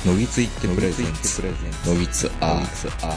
のぎついってプレゼンツのぎつアー。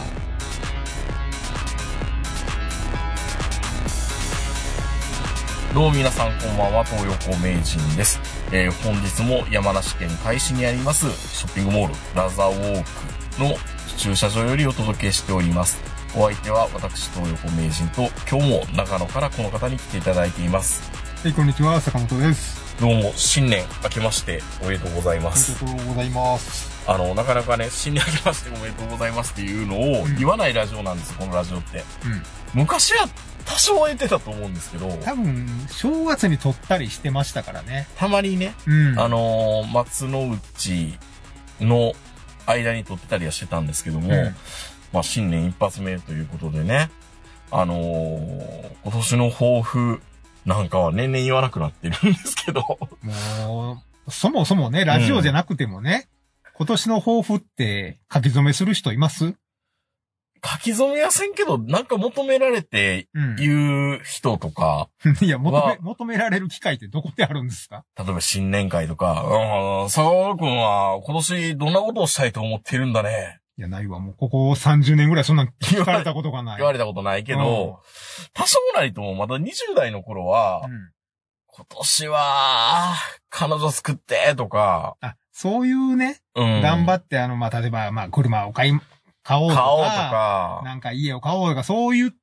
どうも皆さんこんばんは、東横名人です。本日も山梨県甲斐市にありますショッピングモールラザーウォークの駐車場よりお届けしております。お相手は私東横名人と、今日も長野からこの方に来ていただいています。 はい、こんにちは、坂本です。 どうも新年明けましておめでとうございます。 ありがとうございます。 なかなかね、新年明けましておめでとうございますっていうのを言わないラジオなんですよ、このラジオって。昔は多少は言ってたと思うんですけど。 多分、正月に撮ったりしてましたからね。 たまにね、松の内の間に撮ってたりはしてたんですけども、まあ新年一発目ということでね、今年の抱負なんかは年々言わなくなってるんですけど。 もう、そもそもね、ラジオじゃなくてもね、今年の抱負って書き初めする人います？ 書き初めはせんけど、なんか求められて言う人とか、 いや、求められる機会ってどこであるんですか？ 例えば新年会とか、坂本くんは今年どんなことをしたいと思ってるんだね。 いや、ないわ。もうここ30年ぐらいそんな聞かれたことがない。 言われたことないけど、多少なりともまだ20代の頃は、今年は、彼女作ってとか、 そういうね、頑張って、例えば、車を買おうとか、なんか家を買おうとか、そういった、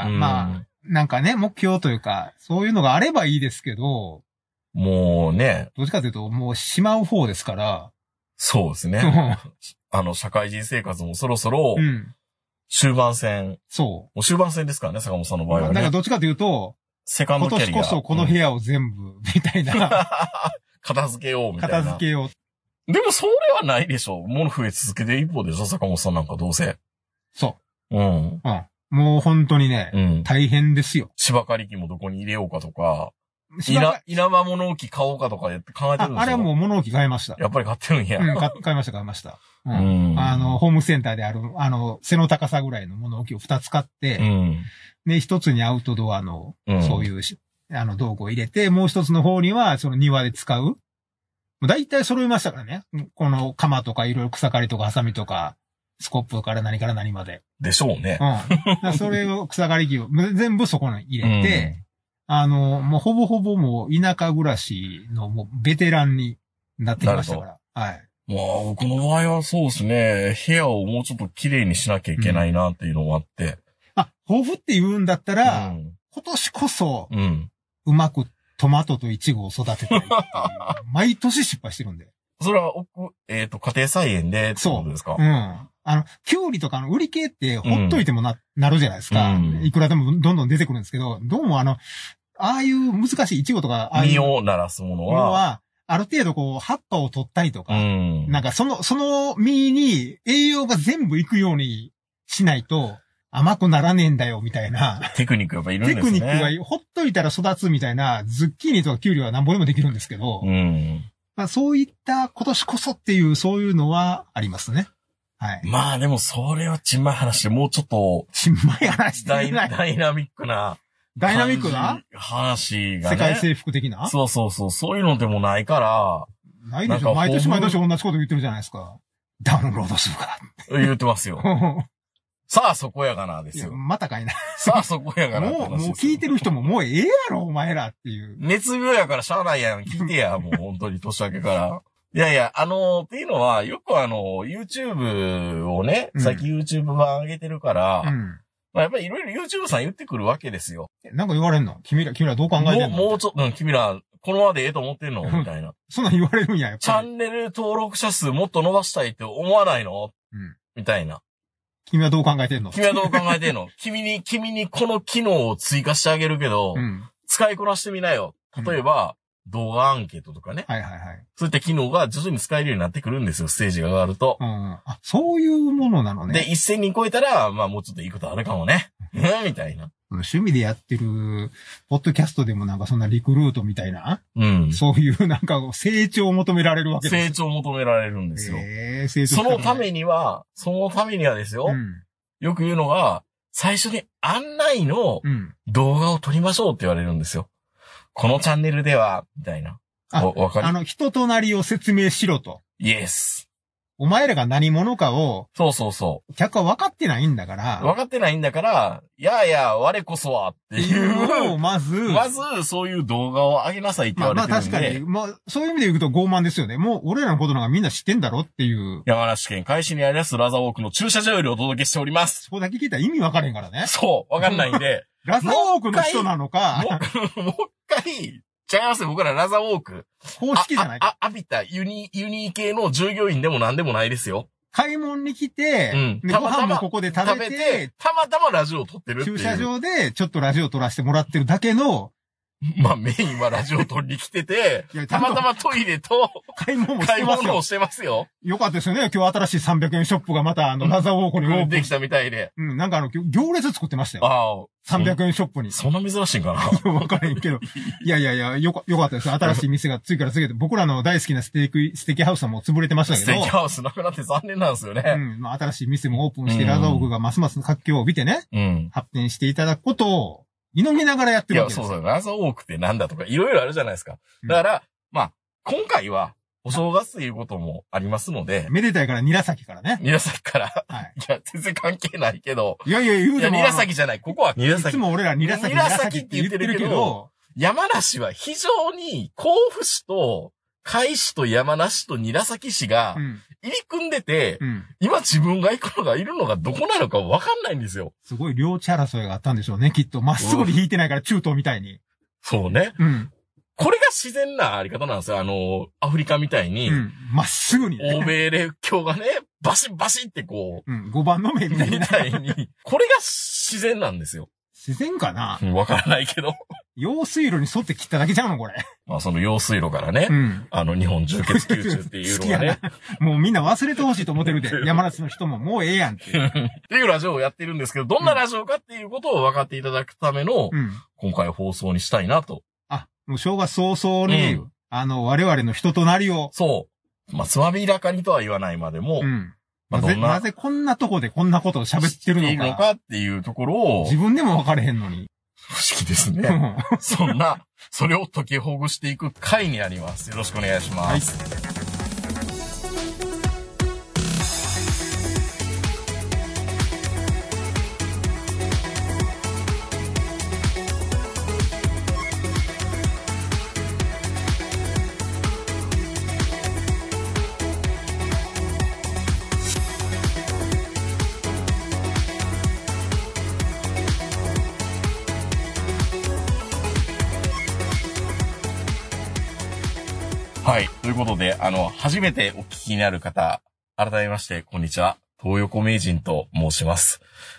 なんかね、目標というか、そういうのがあればいいですけど、 もうね、 どっちかというと、もうしまう方ですから。 そうですね。社会人生活もそろそろ、終盤戦。 そう。 もう終盤戦ですからね、坂本さんの場合はね。 なんかどっちかというと、 セカンドキャリア。 今年こそこの部屋を全部、みたいな。 片付けよう、みたいな。 片付けよう。 でもそれはないでしょ。物増え続けて一方でしょ、坂本さんなんかどうせ。 そう。もう本当にね、大変ですよ。 芝刈り機もどこに入れようかとか、稲葉物置買おうかとか考えてるんですよ。 あれはもう物置買いました。 やっぱり買ってるんや。 買いました。ホームセンターである、背の高さぐらいの物置を2つ買って、で、1つにアウトドアの、そういう、道具を入れて、もう1つの方には、その庭で使う。だいたい揃いましたからね。この鎌とかいろいろ草刈りとかハサミとか、スコップから何まで。 でしょうね。 それを草刈り機を全部そこに入れて、もうほぼほぼもう田舎暮らしのもうベテランになってきましたから。はい。 まあ、僕の場合はそうですね。部屋をもうちょっと綺麗にしなきゃいけないなっていうのもあって。 抱負って言うんだったら、今年こそ、うまくトマトとイチゴを育てたいっていう。毎年失敗してるんで。 それは、家庭菜園でってことですか？ キュウリとかの売り系ってほっといてもなるじゃないですか。いくらでもどんどん出てくるんですけど、どうもああいう難しいイチゴとか、 実を鳴らすものは、 ある程度こう、葉っぱを取ったりとか、なんかその実に栄養が全部いくようにしないと甘くならねえんだよ、みたいな。 テクニックやっぱいるんですね。 テクニックがほっといたら育つみたいな、ズッキーニとかキュウリはなんぼでもできるんですけど、そういった今年こそっていう、そういうのはありますね。はい。 まあでもそれはちんまい話でもうちょっと、 ちんまい話ダイナミックな。 ダイナミックな話がね。 世界征服的な？ そういうのでもないから。 ないでしょ。毎年同じこと言ってるじゃないですか。ダウンロードするから。 言ってますよ。さあそこやがなですよ。 またかいな。 さあそこやがな。 もう聞いてる人ももうええやろ、お前らっていう。 熱病やからしゃあないやん。聞いてや、もう本当に年明けから。いやいや、っていうのは、よくYouTube をね、最近 YouTube 版上げてるから、まあやっぱりいろいろ YouTube さん言ってくるわけですよ。 なんか言われんの？君らどう考えてんの？ もうちょっと、君ら、このままでええと思ってんのみたいな。 そんなん言われるんや、 チャンネル登録者数もっと伸ばしたいって思わないの？みたいな。 君はどう考えてんの？ 君にこの機能を追加してあげるけど、使いこなしてみなよ。例えば、動画アンケートとかね。そういった機能が徐々に使えるようになってくるんですよ、ステージが上がると。 そういうものなのね。 で、1000人超えたら、まあもうちょっといいことあるかもね。みたいな。 趣味でやってる、ポッドキャストでもなんかそんなリクルートみたいな。そういうなんか成長を求められるわけですよ。 成長を求められるんですよ。そのためにはですよ。よく言うのが、最初に案内の動画を撮りましょうって言われるんですよ。このチャンネルでは、みたいな。わかる？ 人となりを説明しろと。 イエス。 お前らが何者かを、客は分かってないんだから。 分かってないんだから、いやいや、我こそはっていう。 まず、 そういう動画を上げなさいって言われてるんで。 確かに。そういう意味で言うと傲慢ですよね。もう、俺らのことなんかみんな知ってんだろっていう。 山梨県海市にありますラザーウォークの駐車場よりお届けしております。 そこだけ聞いたら意味分かれんからね。 そう、分かんないんで。 ラザーウォークの人なのか。 もう一回、違いますよ。僕らラザーウォーク。 公式じゃないか。 浴びたユニー系の従業員でも何でもないですよ。 買い物に来て、ご飯もここで食べて、 たまたまラジオを撮ってるっていう。 駐車場でちょっとラジオを撮らせてもらってるだけの、 まあメインはラジオ撮りに来てて、たまたまトイレと買い物もしてますよ。 よかったですよね。今日新しい300円ショップがまたラザーウォークにオープンできたみたいで。 なんか行列作ってましたよ。300円ショップに。 そんな珍しいんかなわからへんけど。いや、よかったです。新しい店が次から次へと。僕らの大好きなステーキハウスはもう潰れてましたけど。 ステーキハウスなくなって残念なんですよね。 新しい店もオープンして、ラザーウォークがますます活気を帯びてね。発展していただくことを、祈りながらやってるわけですよ。 いや、そう。ラザーウォークってなんだとか、いろいろあるじゃないですか。だから、今回は、お正月ということもありますので。 めでたいから、韮崎からね。 韮崎から。はい。いや、全然関係ないけど。 いや、言うても。 韮崎じゃない。ここは韮崎。 いつも俺ら韮崎って言ってるけど、 山梨は非常に甲府市と、甲斐市と山梨と韮崎市が、入り組んでて、今自分が行くのがいるのがどこなのか分かんないんですよ。 すごい領地争いがあったんでしょうね、きっと。まっすぐに引いてないから中東みたいに。 そうね。これが自然なあり方なんですよ。アフリカみたいに。 まっすぐに、 ね。欧米列強がね、バシバシってこう。 5番の目みたいに。 これが自然なんですよ。 自然かなわからないけど。 用水路に沿って切っただけちゃうのこれ。 その用水路からね。日本重血吸中っていうのがね。 もうみんな忘れてほしいと思ってるで。山梨の人ももうええやんって。 っていうラジオをやってるんですけど、どんなラジオかっていうことを分かっていただくための、今回放送にしたいなと。 もう正月早々に、我々の人となりを。 そう。つまびらかにとは言わないまでも、 なぜこんなとこでこんなことを喋ってるのかっていうところを。 自分でも分かれへんのに。 不思議ですね。それを解きほぐしていく回になります。よろしくお願いします。はい。ということで、初めてお聞きになる方、改めまして、こんにちは。東横名人と申します。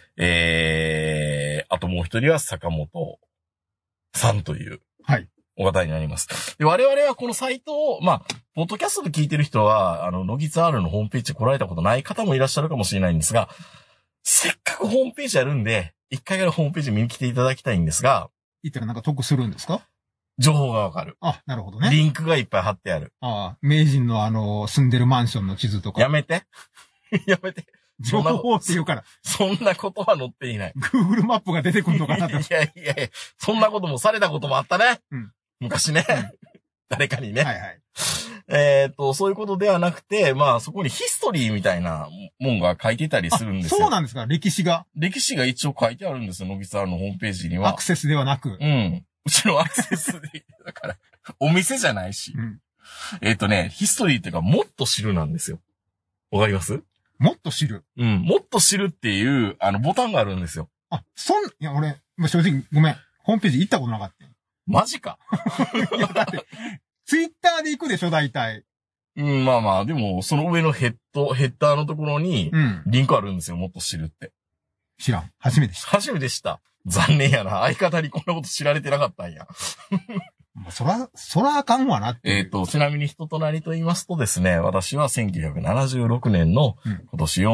あともう一人は坂本さんという、お方になります。で、我々はこのサイトを、ポッドキャストで聞いてる人は、ノギツ R のホームページ来られたことない方もいらっしゃるかもしれないんですが、せっかくホームページあるんで、一回からホームページ見に来ていただきたいんですが、 行ったらなんか得するんですか？ 情報がわかる。 なるほどね。 リンクがいっぱい貼ってある。 名人の住んでるマンションの地図とか。 やめて。やめて。 情報って言うから。 そんなことは載っていない。 Google マップが出てくるのかなと。 いや、そんなこともされたこともあったね。昔ね。誰かにね。そういうことではなくて、そこにヒストリーみたいなもんが書いてたりするんですよ。 そうなんですか？歴史が一応書いてあるんですよ、ノギツ R のホームページには。 アクセスではなく。 うちのアクセスで、だから、お店じゃないし。ヒストリーっていうか、もっと知るなんですよ。わかります？ もっと知る。 もっと知るっていう、ボタンがあるんですよ。 いや、俺、正直、ごめん。ホームページ行ったことなかった。 マジか。 いや、だって、ツイッターで行くでしょ、大体。 でも、その上のヘッダーのところに、リンクあるんですよ、もっと知るって。 知らん。初めて知った。 初めて知った。残念やな。相方にこんなこと知られてなかったんや。 そらあかんわなって。 ちなみに人となりと言いますとですね、私は1976年の今年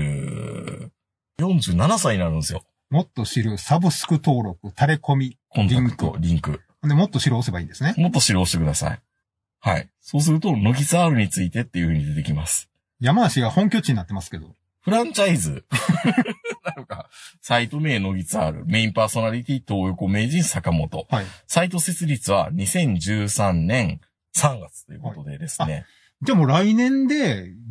47歳になるんですよ。 もっと知る、サブスク登録、タレコミ、 コンタクト、リンク。 で、もっと知る押せばいいんですね。 もっと知る押してください。はい。そうすると、ノギツ R についてっていう風に出てきます。 山梨が本拠地になってますけど。 フランチャイズなのか、サイト名ノギツ R、メインパーソナリティ東横名人坂本。サイト設立は2013年3月ということでですね。 じゃあもう来年で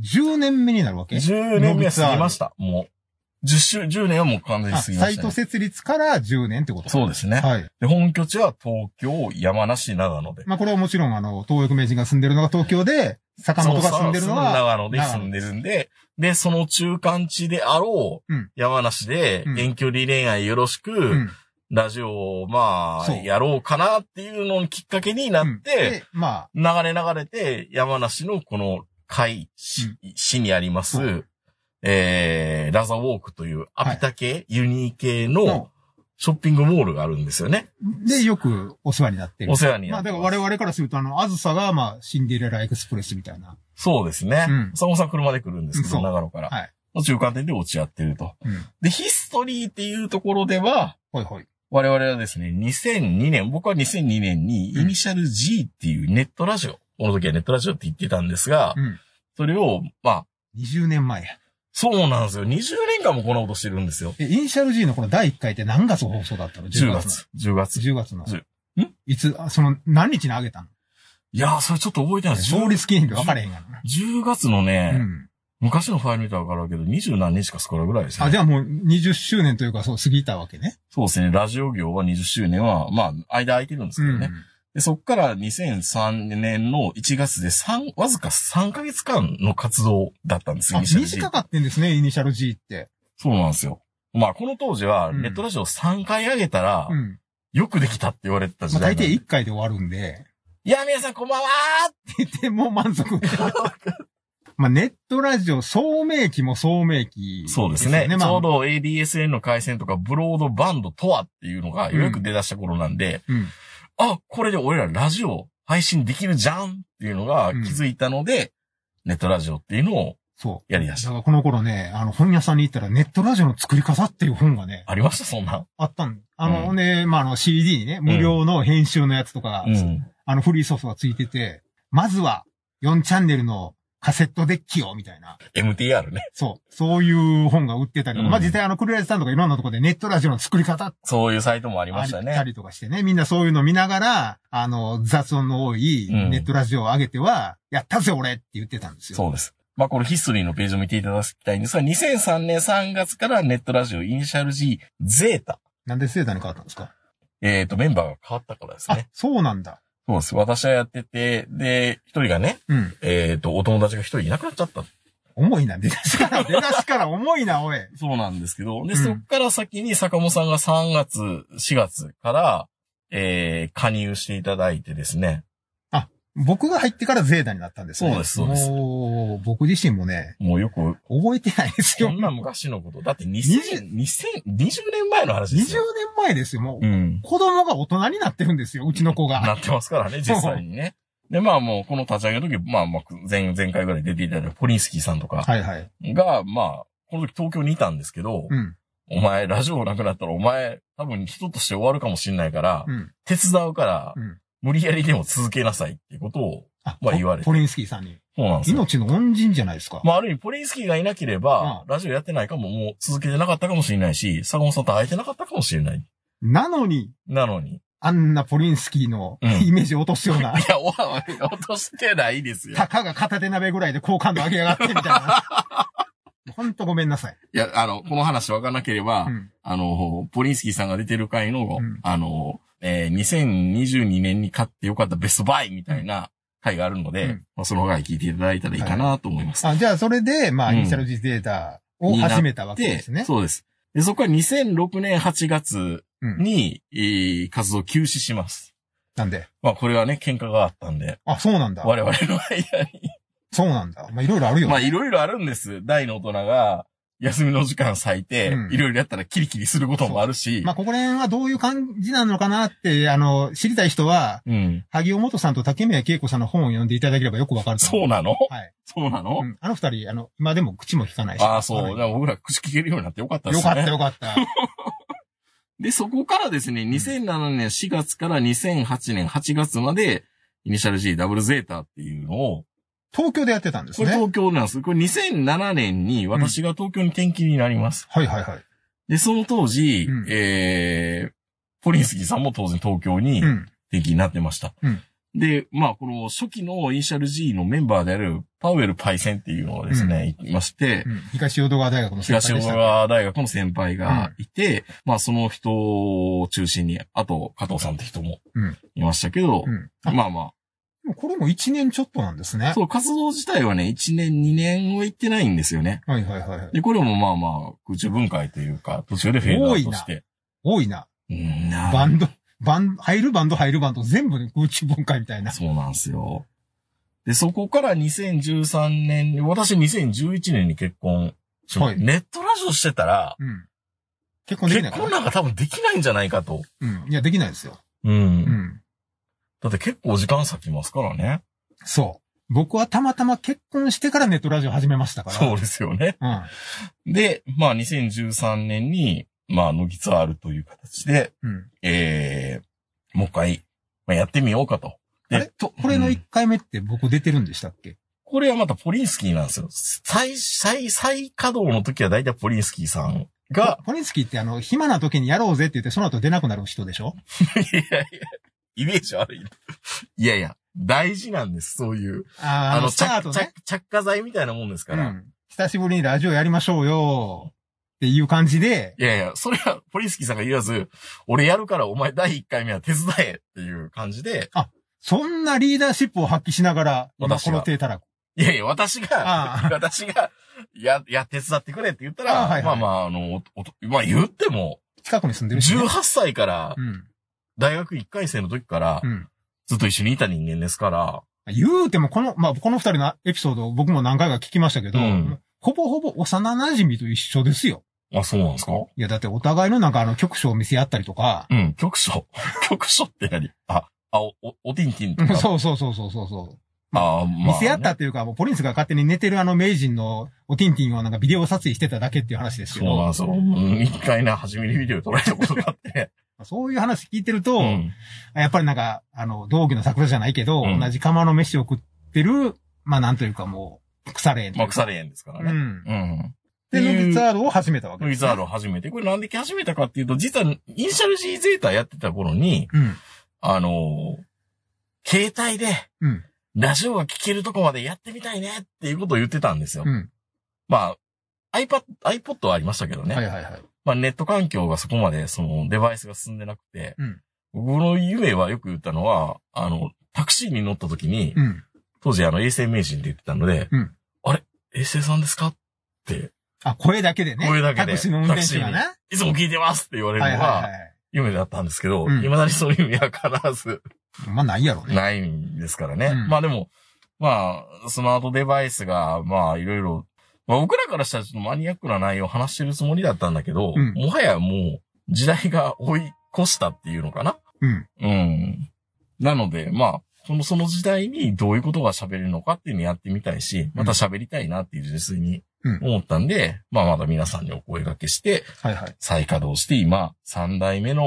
10年目になるわけ ?10 年目は過ぎました。もう。10年はもう完全に過ぎました、ね。 サイト設立から10年ってことそうですね。はい。で、本拠地は東京、山梨、長野で。 まあこれはもちろん東横名人が住んでるのが東京で、坂本が住んでるのは長野で住んでるんで、で、その中間地であろう、山梨で遠距離恋愛よろしく、ラジオをまあ、やろうかなっていうののきっかけになって、まあ、流れて、山梨のこの市にあります、ラザウォークというアピタ系、ユニー系のショッピングモールがあるんですよね。 で、よくお世話になってる。 お世話になってる。 まあ、だから我々からするとあずさがまあ、シンデレラエクスプレスみたいな。 そうですね。坂本さん車で来るんですけど、長野から。はい。中間点で落ち合ってると。で、ヒストリーっていうところでは、我々はですね、2002年、僕は2002年にイニシャル G っていうネットラジオ、この時はネットラジオって言ってたんですが、それを、まあ、 20年前や。 そうなんですよ。20年間もこんなことしてるんですよ。 イニシャル G のこの第1回って何月放送だったの ?10 月。10月の。 いつ、何日に上げたの？ いやー、それちょっと覚えてないです。 勝率記念日分かれへんがな。 10月のね、昔のファイル見たら分かるけど、20何日かそこらぐらいですね。 あ、じゃあもう20周年というかそう過ぎたわけね。 そうですね。ラジオ業は20周年は、まあ、間空いてるんですけどね。でそっから2003年の1月でわずか3ヶ月間の活動だったんですよ。 短かったんですね、イニシャル G って。 そうなんですよ。まあ、この当時は、ネットラジオ3回上げたら、よくできたって言われてた時代。 まあ、大抵1回で終わるんで。 いや、皆さんこんばんはーって言って、もう満足。まあ、ネットラジオ、聡明期も聡明期、 ね。そうですね。ちょうど ADSN の回線とか、ブロードバンドとはっていうのが、ようやく出だした頃なんで、あ、これで俺らラジオ配信できるじゃんっていうのが気づいたので、ネットラジオっていうのをやりだした。 だからこの頃ね、本屋さんに行ったらネットラジオの作り方っていう本がね。 ありました、そんな。 あったん。まあ、CD にね、無料の編集のやつとか、フリーソフトがついてて、まずは4チャンネルのカセットデッキを、みたいな。 MTR ね。 そういう本が売ってたりとか、まあ、実際クルラジさんとかいろんなところでネットラジオの作り方。 そういうサイトもありましたね。 あったりとかしてね。みんなそういうの見ながら、雑音の多いネットラジオを上げては、やったぜ俺って言ってたんですよ。 そうです。まあ、これヒストリーのページを見ていただきたいんですが、2003年3月からネットラジオイニシャル G ゼータ。 なんでゼータに変わったんですか？ メンバーが変わったからですね。 あ、そうなんだ。 そうです。私はやってて、で、一人がね、お友達が一人いなくなっちゃった。 重いな、出だしから重いな、おい。 そうなんですけど、で、そっから先に坂本さんが3月、4月から、加入していただいてですね。 あ、僕が入ってからゼータになったんですね。 そうです、そうです。 もう、僕自身もね。 もうよく。 覚えてないですよ。 そんな昔のこと。だって20年前の話ですよ。 20年前ですよ、もう。子供が大人になってるんですよ、うちの子が。 なってますからね、実際にね。で、まあもう、この立ち上げの時、まあ前回ぐらい出ていただいたポリンスキーさんとか。が、まあ、この時東京にいたんですけど、お前、ラジオなくなったらお前、多分人として終わるかもしれないから、手伝うから、無理やりでも続けなさいっていうことを、まあ言われて。 ポリンスキーさんに。 そうなんですよ。 命の恩人じゃないですか。 まあある意味、ポリンスキーがいなければ、ラジオやってないかも、もう続けてなかったかもしれないし、坂本さんと会えてなかったかもしれない。 なのに。あんなポリンスキーのイメージを落とすような。 いや、落としてないですよ。 たかが片手鍋ぐらいで好感度上げやがってみたいな。ほんとごめんなさい。 いや、この話わかんなければ、ポリンスキーさんが出てる回の、2022年に買ってよかったベストバイみたいな回があるので、その回聞いていただいたらいいかなと思います。 じゃあ、それで、まあ、イニシャル G データを始めたわけですね。 そうです。で、そこから2006年8月に、活動休止します。 なんで？ まあ、これはね、喧嘩があったんで。 あ、そうなんだ。 我々の間に。 そうなんだ。まあ、いろいろあるよね。 まあ、いろいろあるんです。大の大人が、休みの時間割いて、いろいろやったらキリキリすることもあるし。 まあ、ここら辺はどういう感じなのかなって、知りたい人は、萩尾元さんと竹宮恵子さんの本を読んでいただければよくわかると思う。 そうなの？ はい。 そうなの？ あの二人、今でも口も聞かないし。 ああ、そう。僕ら口聞けるようになってよかったですね。 よかった。 で、そこからですね、2007年4月から2008年8月まで、イニシャル G ダブルゼータっていうのを、 東京でやってたんですね。 これ東京なんです。これ2007年に私が東京に転勤になります。 はい。 で、その当時、ポリンスキーさんも当然東京に転勤になってました。 で、まあ、この初期のイニシャル G のメンバーであるパウエルパイセンっていうのがですね、いまして、 東淀川大学の先輩でした。 東淀川大学の先輩がいて、まあ、その人を中心に、あと、加藤さんって人もいましたけど、まあまあ。 これも1年ちょっとなんですね。 そう、活動自体はね、1年、2年は行ってないんですよね。 はいはいはい。 で、これもまあまあ、空中分解というか、途中でフェードアウトして。 多いな。バンド入るバンド全部で空中分解みたいな。 そうなんですよ。で、そこから2013年に、私2011年に結婚。はい、ネットラジオしてたら、結婚できないかな。結婚なんか多分できないんじゃないかと。 いや、できないですよ。 だって結構時間割きますからね。 そう。僕はたまたま結婚してからネットラジオ始めましたから。 そうですよね。で、まあ2013年に、まあ、ノギツアールという形で、もう一回、まあ、やってみようかと。 これの1回目って僕出てるんでしたっけ？ これはまたポリンスキーなんですよ。再稼働の時はだいたいポリンスキーさんが。 ポリンスキーって暇な時にやろうぜって言ってその後出なくなる人でしょ？ いやいや、イメージ悪い。いやいや、大事なんです、そういう。着火剤みたいなもんですから。 久しぶりにラジオやりましょうよ。っていう感じで。 いやいや、それは、ポリスキーさんが言わず、俺やるからお前第1回目は手伝えっていう感じで。 あ、そんなリーダーシップを発揮しながら、今この手たらく。 いやいや、私が、手伝ってくれって言ったら、まあまあ、まあ言っても、 近くに住んでるし、ね。 18歳から、大学1回生の時から、ずっと一緒にいた人間ですから。 言うても、この二人のエピソードを僕も何回か聞きましたけど、ほぼほぼ幼馴染と一緒ですよ。 あ、そうなんですか？ いや、だってお互いの局所を見せ合ったりとか。 局所って何？おティンティンとか。 そう。まあ、見せ合ったっていうか、もうポリンスが勝手に寝てる名人のおティンティンをビデオ撮影してただけっていう話ですけど。 そうなんですよ。一回初めにビデオ撮られたことがあって。 そういう話聞いてると、やっぱり同期の桜じゃないけど、同じ釜の飯を食ってる、まあなんというかもう、腐れ縁。 まあ腐れ縁ですからね。 で、ノギツアールを始めたわけです、ね。ノギツアールを始めて、これなんで始めたかっていうと、実はイニシャル G ゼータやってた頃に、携帯で、ラジオが聴けるとこまでやってみたいねっていうことを言ってたんですよ。まあ、iPod はありましたけどね。まあ、ネット環境がそこまで、デバイスが進んでなくて、僕の夢はよく言ったのは、タクシーに乗った時に、当時衛星名人って言ってたので、あれ衛星さんですかって、 声だけでね。 声だけで。 タクシーの運転手がね。 いつも聞いてますって言われるのが、夢だったんですけど、未だにそういう夢は必ず。 まあないやろね。 ないんですからね。まあでも、まあ、スマートデバイスが、まあいろいろ、まあ僕らからしたらちょっとマニアックな内容を話してるつもりだったんだけど、もはやもう時代が追い越したっていうのかな。なので、まあ、その時代にどういうことが喋れるのかっていうのをやってみたいし、また喋りたいなっていう純粋に思ったんで、まあまだ皆さんにお声掛けして、再稼働して今、4代目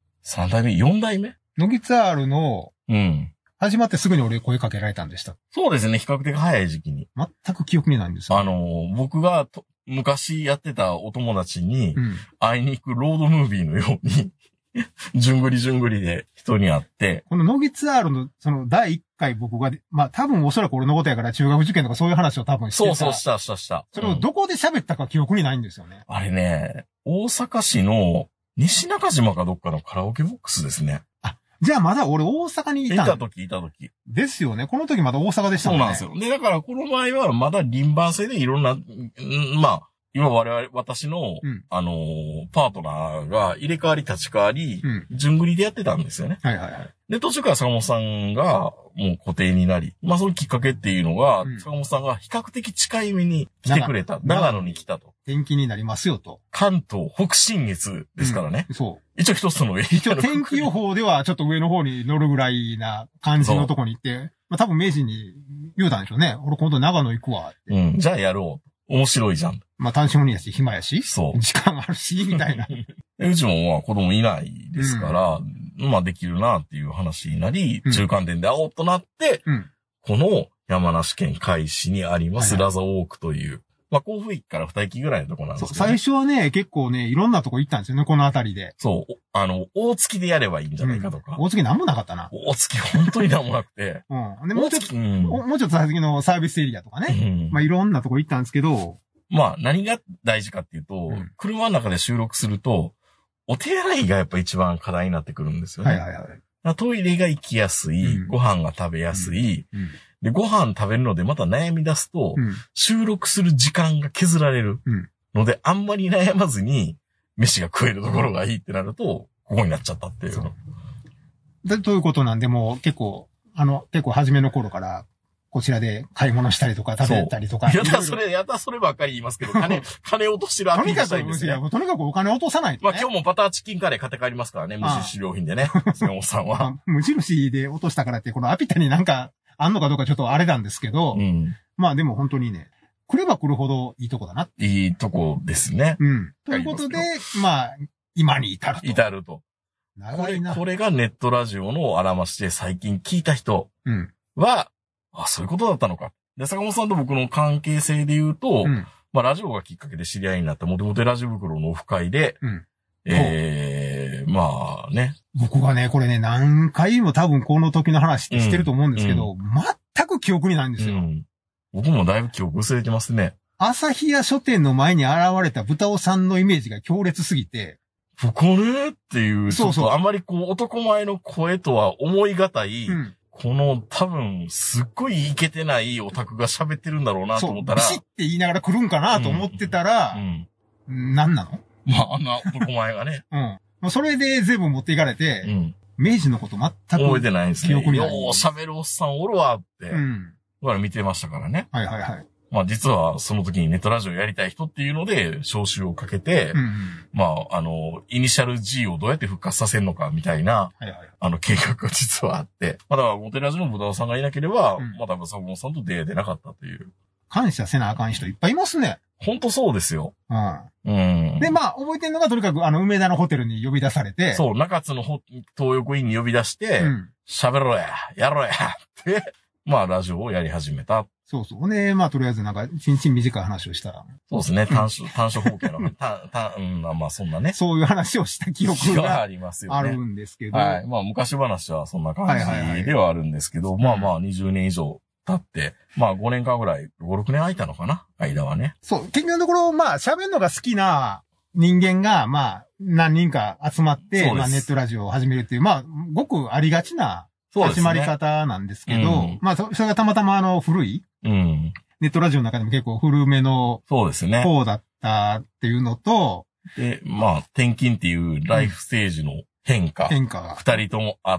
ノギツアールの、始まってすぐに俺声かけられたんでした。 そうですね、比較的早い時期に。 全く記憶にないんですよ。 僕が昔やってたお友達に、会いに行くロードムービーのように、じゅんぐりで人に会って。 このノギツアールの第1回僕が、まあ多分おそらく俺のことやから中学受験とかそういう話を多分してた。 そう、した。 それをどこで喋ったか記憶にないんですよね。 あれね、大阪市の西中島かどっかのカラオケボックスですね。 じゃあまだ俺大阪にいた。 いた時。 ですよね。この時まだ大阪でしたもんね。 そうなんですよ。で、だからこの場合はまだ輪番制でいろんな、まあ、今私の、パートナーが入れ替わり立ち替わり、順繰りでやってたんですよね。で、途中から坂本さんがもう固定になり、まあそのきっかけっていうのが、坂本さんが比較的近い目に来てくれた。長野に来たと。 天気になりますよと。 関東北信越ですからね。 そう。 一応一つの一応天気予報ではちょっと上の方に乗るぐらいな感じのとこに行って、まあ多分名人に言うたんでしょうね。俺今度長野行くわって。 じゃあやろう。面白いじゃん。 まあ単身赴任やし、暇やし。 そう。 時間あるし、みたいな。 うちもまあ子供いないですから、まあできるなっていう話になり、中間点で会おうとなって、この山梨県甲斐市にありますラザウォークという、 まあ、甲府駅から2駅ぐらいのとこなんですけど、 最初はね、結構ね、いろんなとこ行ったんですよね、この辺りで。 そう。大月でやればいいんじゃないかとか。 大月なんもなかったな。 大月本当になんもなくて。 で、もうちょっと、もうちょっと先のサービスエリアとかね。まあ、いろんなとこ行ったんですけど。 まあ、何が大事かっていうと、車の中で収録すると、お手洗いがやっぱ一番課題になってくるんですよね。トイレが行きやすい、ご飯が食べやすい、で、ご飯食べるのでまた悩み出すと、収録する時間が削られるので、あんまり悩まずに、飯が食えるところがいいってなると、ここになっちゃったっていう。 ということなんで、もう結構初めの頃から、こちらで買い物したりとか食べたりとか。 やったそればっかり言いますけど、金落としてるアピールしたいんですよ。 とにかくお金落とさないと、 ね。まあ今日もバターチキンカレー買って帰りますからね、無印良品でね。杉本さんは。 無印で落としたからって、このアピタになんかあんのかどうかちょっとあれなんですけど、まあでも本当にね、来れば来るほどいいとこだな。 いいとこですね。 ということで、まあ、今に至ると。 長いな。これがネットラジオのあらましで最近聞いた人は、そういうことだったのか。で、坂本さんと僕の関係性で言うと、まあ、ラジオがきっかけで知り合いになったモテモテラジオ袋のオフ会で、まあね。 僕がね、これね、何回も多分この時の話ってしてると思うんですけど、全く記憶にないんですよ。 僕もだいぶ記憶薄れてますね。 朝日屋書店の前に現れた豚尾さんのイメージが強烈すぎて、 これっていう、そうそう。あまりこう男前の声とは思いがたい、この多分すっごいイケてないオタクが喋ってるんだろうなと思ったら。 ビシッって言いながら来るんかなと思ってたら、何なの？ まあ、あんな男前がね。 それで全部持っていかれて、明治のこと全く覚えてないんですね。 記憶にない。 よう喋るおっさんおるわって。だから見てましたからね。まあ実はその時にネットラジオやりたい人っていうので招集をかけて、まあイニシャル G をどうやって復活させるのかみたいな、計画が実はあって、まあだからモテラジオの豚尾さんがいなければ、まだ坂本さんと出会えてなかったという。 感謝せなあかん人いっぱいいますね。 ほんとそうですよ。 で、まあ覚えてるのがとにかく梅田のホテルに呼び出されて、 そう、中津の東横インに呼び出して、喋ろや、やろやって、まあラジオをやり始めた。 そうそう。ね、まあとりあえずなんか、ちんちん短い話をしたら。 そうですね。短所法系の、まあそんなね。 そういう話をした記憶がありますよね。 あるんですけど。 はい。まあ昔話はそんな感じではあるんですけど、まあまあ20年以上経って、まあ5年間ぐらい、5、6年空いたのかな間はね。 そう。結局のところ、まあ喋るのが好きな人間が、まあ何人か集まって、まあネットラジオを始めるっていう、まあごくありがちな始まり方なんですけど、まあそれがたまたま古いネットラジオの中でも結構古めの方だったっていうのと、 で、まあ転勤っていうライフステージの変化が二人ともあって、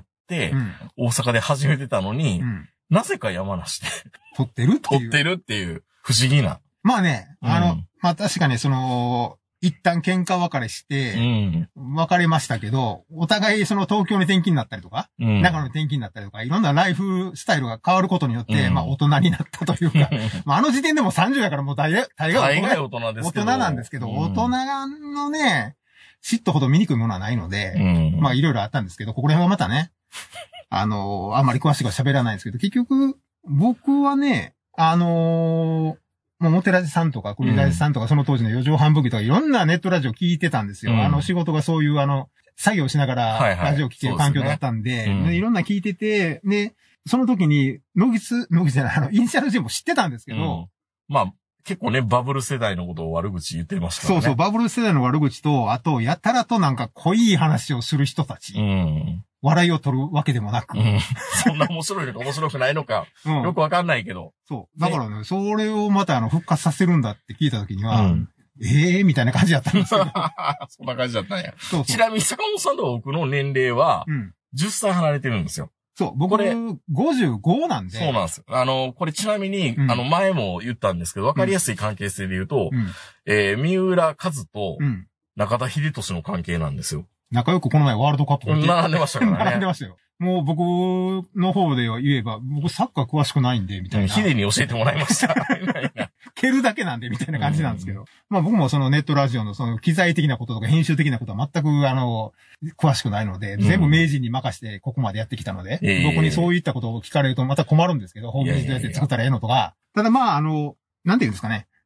大阪で始めてたのに、なぜか山梨で撮ってるっていう不思議な。 まあね、まあ確かに一旦喧嘩別れして、別れましたけど、お互い東京に転勤になったりとか、長野に転勤になったりとか、いろんなライフスタイルが変わることによって、まあ大人になったというか、まあの時点でも30だからもう大概大人ですけど。 大人なんですけど、大人のね、嫉妬ほど見にくいものはないので、まあいろいろあったんですけど、ここら辺はまたね、あんまり詳しくは喋らないんですけど、結局、僕はね、もうモテラジさんとか、クリラジさんとか、その当時の4畳半武器とか、いろんなネットラジオ聞いてたんですよ。仕事がそういう作業しながら、ラジオ聞ける環境だったんで、いろんな聞いてて、で、その時に、イニシャル G も知ってたんですけど、 まあ、結構ね、バブル世代のことを悪口言ってましたからね。 そうそう、バブル世代の悪口と、あと、やたらとなんか濃い話をする人たち。笑いを取るわけでもなく。 そんな面白いのか面白くないのか、よくわかんないけど。 そう。だからね、それをまた復活させるんだって聞いた時には、みたいな感じだったんですけど。 そんな感じだったんや。ちなみに坂本さんと僕の年齢は、10歳離れてるんですよ。 そう。僕、55なんで。 そうなんですよ。これちなみに、前も言ったんですけど、わかりやすい関係性で言うと、三浦和と中田秀俊の関係なんですよ。 仲良くこの前ワールドカップ並んでましたからね。 並んでましたよ。もう僕の方では言えば、僕サッカー詳しくないんで、みたいな。 ヒデに教えてもらいました。 蹴るだけなんで、みたいな感じなんですけど。まあ僕もそのネットラジオのその機材的なこととか編集的なことは全く詳しくないので、全部名人に任してここまでやってきたので、僕にそういったことを聞かれるとまた困るんですけど、ホームページどうやって作ったらええのとか。ただまあなんていうんですかね。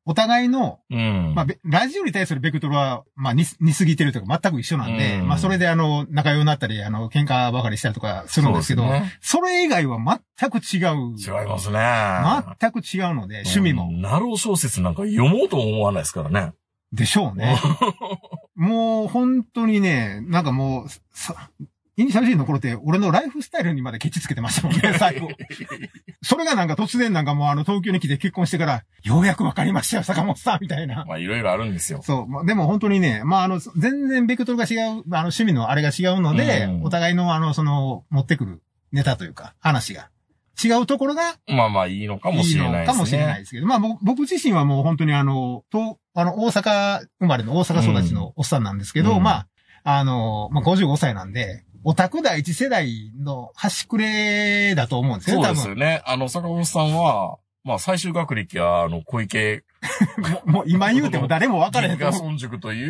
お互いの、 うん。 まあ、ラジオに対するベクトルは、まあ、似すぎてるというか全く一緒なんで、 うん、 まあ、それで仲良くなったり、喧嘩ばかりしたりとかするんですけど、それ以外は全く違う。 違いますね。 全く違うので、趣味も。 ナロー小説なんか読もうとも思わないですからね。 でしょうね。もう、本当にね、なんかもう、イニシャル C の頃って、俺のライフスタイルにまでケチつけてましたもんね、最後。それがなんか突然なんかもう東京に来て結婚してから、ようやくわかりましたよ、坂本さん、みたいな。 まあいろいろあるんですよ。 そう。でも本当にね、まあ全然ベクトルが違う、趣味のあれが違うので、お互いの持ってくるネタというか、話が違うところが、 まあまあいいのかもしれないですね。いいのかもしれないですけど、まあ僕自身はもう本当に大阪生まれの大阪育ちのおっさんなんですけど、まあ55歳なんで、オタク第一世代の端くれだと思うんですよね、 そうですよね。坂本さんは、まあ最終学歴は、小池。 もう今言うても誰も分からへんと思う。 銀河村塾という、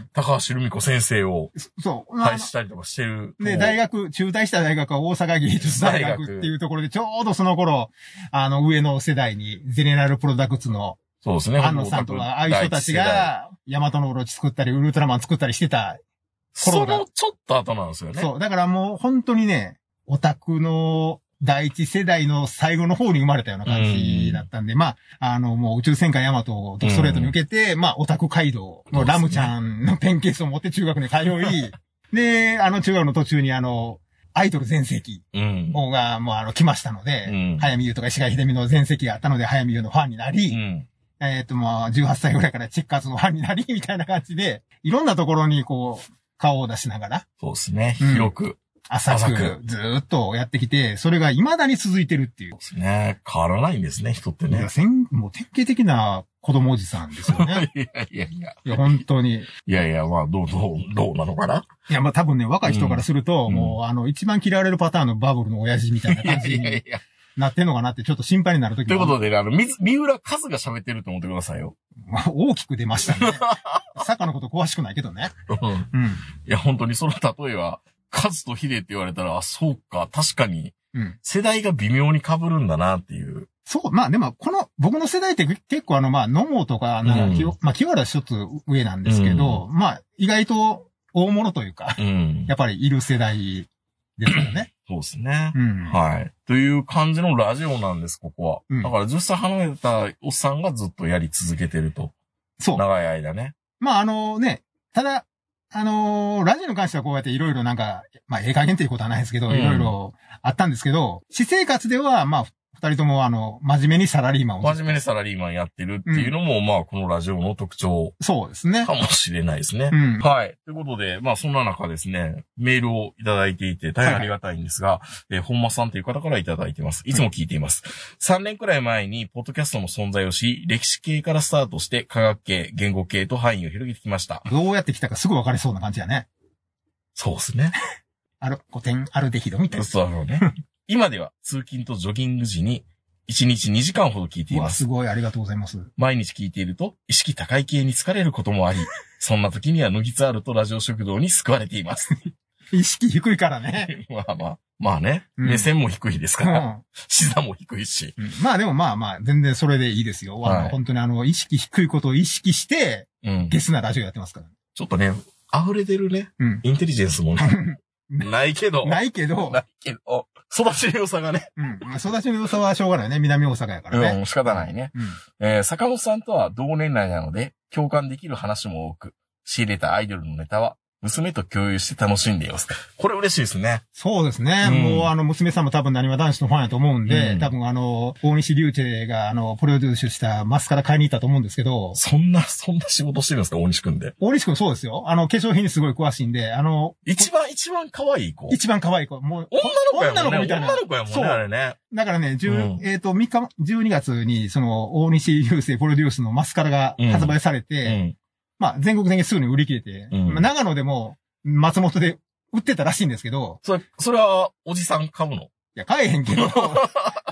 高橋留美子先生を、 そう。 配したりとかしてる。 で、中退した大学は大阪芸術大学っていうところで、ちょうどその頃、上の世代に、ゼネラルプロダクツの、 そうですね。 安野さんとか、ああいう人たちが、ヤマトのオロチ作ったり、ウルトラマン作ったりしてた。 そのちょっと後なんですよね。 そう。だからもう本当にね、オタクの第一世代の最後の方に生まれたような感じだったんで、まあ、もう宇宙戦艦ヤマトをストレートに受けて、まあ、オタク街道のラムちゃんのペンケースを持って中学に通い、で、中学の途中にアイドル全盛がもう来ましたので、早見優とか石川秀美の全盛があったので、早見優のファンになり、もう18歳ぐらいからチェッカーズのファンになり、みたいな感じで、いろんなところにこう、顔を出しながら。 そうですね。広く。 浅く。ずーっとやってきて、それが未だに続いてるっていう。 そうですね。変わらないんですね、人ってね。 いや、もう典型的な子供おじさんですよね。いや、本当に。 いや、まあ、どうなのかな。 いや、まあ多分ね、若い人からすると、もう一番嫌われるパターンのバブルの親父みたいな感じになってんのかなってちょっと心配になるときということでね、三浦和が喋ってると思ってくださいよ。 大きく出ましたね。坂のこと詳しくないけどね。 いや、本当にその例えは、和と秀って言われたら、あ、そうか、確かに、世代が微妙に被るんだなっていう。 そう、まあでも、僕の世代って結構まあ、野茂とか、まあ、清原一つ上なんですけど、まあ、意外と大物というか、やっぱりいる世代ですからね。 そうですね。はい。という感じのラジオなんです、ここは。だから10歳離れたおっさんがずっとやり続けてると。そう。長い間ね。 まあただ、ラジオに関してはこうやっていろいろなんか、まあ、加減っていうことはないですけど、いろいろあったんですけど、私生活では、まあ、二人とも真面目にサラリーマンを。 真面目にサラリーマンやってるっていうのも、まあ、このラジオの特徴。 そうですね。 かもしれないですね。はい。ということで、まあ、そんな中ですね、メールをいただいていて、大変ありがたいんですが、本間さんという方からいただいています。いつも聞いています。3年くらい前に、ポッドキャストの存在をし、歴史系からスタートして、科学系、言語系と範囲を広げてきました。 どうやってきたかすぐ分かりそうな感じやね。 そうですね。 古典アルデヒドみたいな。 そうね。今では、通勤とジョギング時に、1日2時間ほど聞いています。 すごい、ありがとうございます。 毎日聞いていると、意識高い系に疲れることもあり、そんな時にはヌギツアールとラジオ食堂に救われています。 意識低いからね。 まあね。目線も低いですから。視座も低いし。 まあでもまあ、全然それでいいですよ。本当に意識低いことを意識して、ゲスなラジオやってますから。 ちょっとね、溢れてるね。インテリジェンスもないけど。育ちの良さがね。 育ちの良さはしょうがないね。南大阪やからね。 仕方ないね。坂本さんとは同年代なので、共感できる話も多く、仕入れたアイドルのネタは、娘と共有して楽しんでいます。これ嬉しいですね。 そうですね。もう娘さんも多分なにわ男子のファンやと思うんで、多分大西リュウチェがプロデュースしたマスカラ買いに行ったと思うんですけど。 そんな仕事してるんですか、大西くんで。 大西くんそうですよ。化粧品にすごい詳しいんで、 一番可愛い子。 一番可愛い子。もう、 女の子みたいな。女の子やもんね、あれね。 だからね、12月に大西流星プロデュースのマスカラが発売されて、まあ、全国的にすぐに売り切れて、長野でも松本で売ってたらしいんですけど。 それは、おじさん買うの？いや、買えへんけど。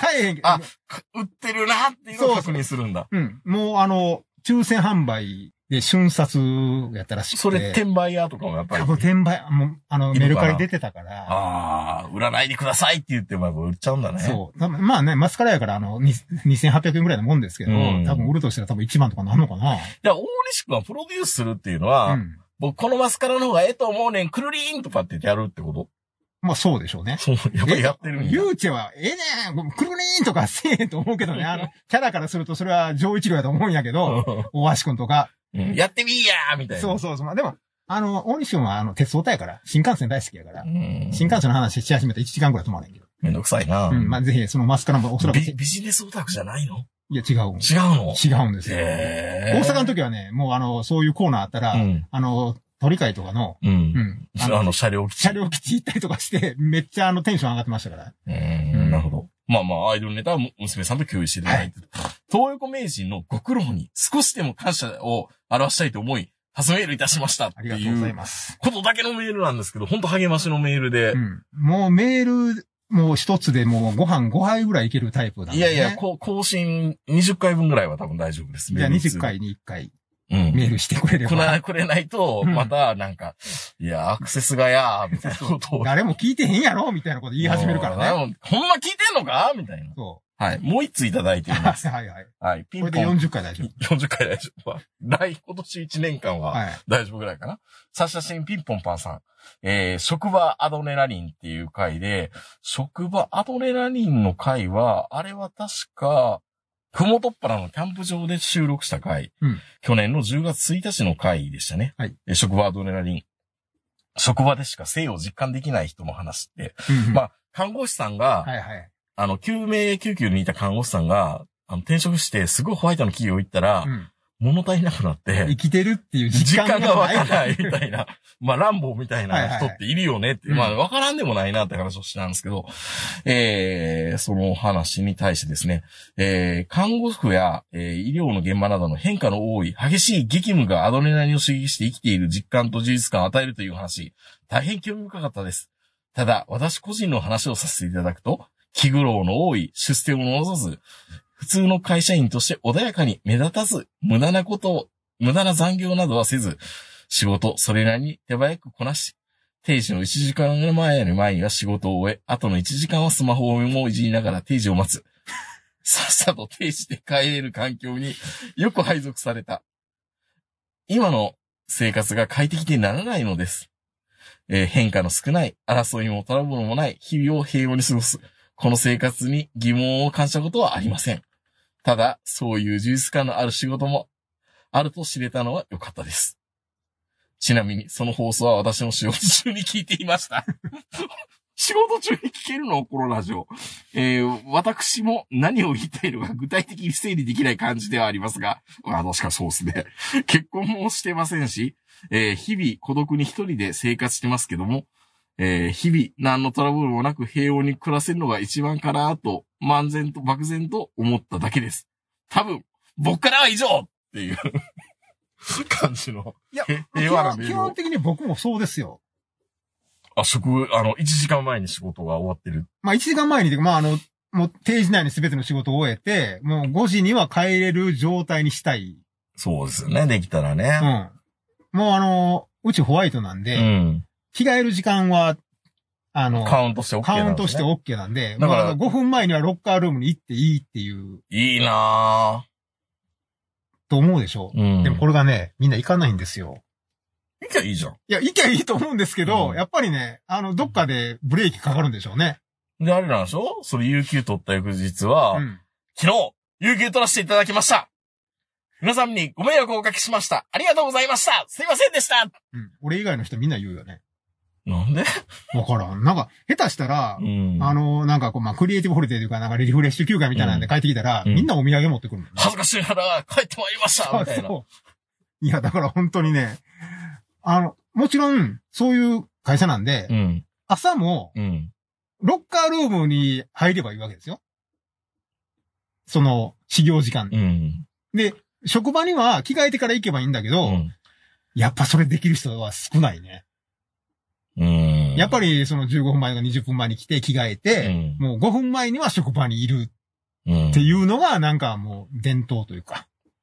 売ってるなっていうのを確認するんだ。 もう抽選販売で、瞬殺やったらしくて。 それ、転売屋とかもやっぱり。 多分転売、もう、メルカリ出てたから。 ああ、売らないでくださいって言ってもやっぱ売っちゃうんだね。 そう。まあね、マスカラやから2800円ぐらいのもんですけど、多分売るとしたら多分1万とかなんのかな。 じゃあ、大西くんはプロデュースするっていうのは、僕このマスカラの方がええと思うねん、くるりーんとかって言ってやるってこと？ まあそうでしょうね。 そう、やっぱりやってるんや。 ユーチェは、ねん、くるりーんとかせえへんと思うけどね、キャラからするとそれは上一郎やと思うんやけど、大橋くんとか。 やってみーやーみたいな。 そうそうそう。まあでも、大西くんは鉄オタやから、新幹線大好きやから、新幹線の話し始めたら1時間くらい止まらんけど。 めんどくさいな。 まあぜひ、そのマスカラもおそらく。 ビジネスオタクじゃないの？ いや、違うの。違うんですよ。大阪の時はね、もうそういうコーナーあったら、鳥会とかの、 車両基地行ったりとかして、めっちゃテンション上がってましたから。 なるほど。まあ、アイドルネタは娘さんと共有していただいてる。東横名人のご苦労に少しでも感謝を表したいと思い、初メールいたしましたっていう。 ありがとうございます。 ことだけのメールなんですけど、本当励ましのメールで。 もうメール、もう一つでもうご飯5杯ぐらいいけるタイプなんで、ね。 いや、更新20回分ぐらいは多分大丈夫です。 じゃあ20回に1回。メールしてくれれば。 くれないと、また、なんか、いや、アクセスがやー、みたいなことを。 誰も聞いてへんやろみたいなこと言い始めるからね。 ほんま聞いてんのかみたいな。 そう。 はい。もう一ついただいています。 はい。 ピンポン。 これで40回大丈夫。 40回大丈夫。今年1年間は大丈夫ぐらいかな。写真ピンポンパンさん。職場アドレナリンっていう回で、職場アドレナリンの回は、あれは確か、ふもとっぱらのキャンプ場で収録した回。去年の10月1日の回でしたね。職場アドレナリン。職場でしか生を実感できない人の話って。まあ、看護師さんが、救命救急にいた看護師さんが、転職して、すごいホワイトの企業行ったら、物足りなくなって、 生きてるっていう実感がわからないみたいな。まあ、ランボーみたいな人っているよねって。まあ、わからんでもないなって話をしたんですけど、その話に対してですね、看護婦や、医療の現場などの変化の多い、激しい激務がアドレナリンを刺激して生きている実感と事実感を与えるという話、大変興味深かったです。ただ、私個人の話をさせていただくと、気苦労の多い出世を望まず、普通の会社員として穏やかに目立たず、無駄な残業などはせず、仕事、それなりに手早くこなし、定時の1時間前には仕事を終え、あとの1時間はスマホをいじりながら定時を待つ。さっさと定時で帰れる環境によく配属された。今の生活が快適でならないのです。変化の少ない、争いもトラブルもない日々を平穏に過ごす。この生活に疑問を感じたことはありません。ただ、そういう充実感のある仕事もあると知れたのは良かったです。ちなみに、その放送は私の仕事中に聞いていました。仕事中に聞けるの？このラジオ。私も何を言いたいのか具体的に整理できない感じではありますが、確かそうですね。結婚もしてませんし、日々孤独に一人で生活してますけども、日々何のトラブルもなく平穏に暮らせるのが一番かなと、漠然と思っただけです。多分、僕からは以上っていう感じの。 いや、平和なメール。基本的に僕もそうですよ。 1時間前に仕事が終わってる。 まあ1時間前に、もう定時内に全ての仕事を終えて、もう5時には帰れる状態にしたい。 そうですよね、できたらね。 もううちホワイトなんで、着替える時間は、 カウントして OK なんで、 カウントして OK なんで、だから5分前にはロッカールームに行っていいっていう。 いいなぁ。 と思うでしょ。でもこれがね、みんな行かないんですよ。 行きゃいいじゃん。いや、行きゃいいと思うんですけど、やっぱりね、どっかでブレーキかかるんでしょうね。 で、あれなんでしょ？それ有給取った翌日は、昨日、有給取らせていただきました。皆さんにご迷惑をおかけしました。ありがとうございました。すいませんでした。 俺以外の人みんな言うよね。 なんで？ わからん。なんか、下手したら、なんかクリエイティブホリデーというか、なんかリフレッシュ休暇みたいなんで帰ってきたら、みんなお土産持ってくるの、ね。 恥ずかしいなら帰ってまいりましたみたいな。 いや、だから本当にね、もちろん、そういう会社なんで、朝も、ロッカールームに入ればいいわけですよ。その、始業時間で。で、職場には着替えてから行けばいいんだけど、やっぱそれできる人は少ないね。やっぱりその15分前とか20分前に来て着替えて、もう5分前には職場にいるっていうのがなんかもう伝統というか。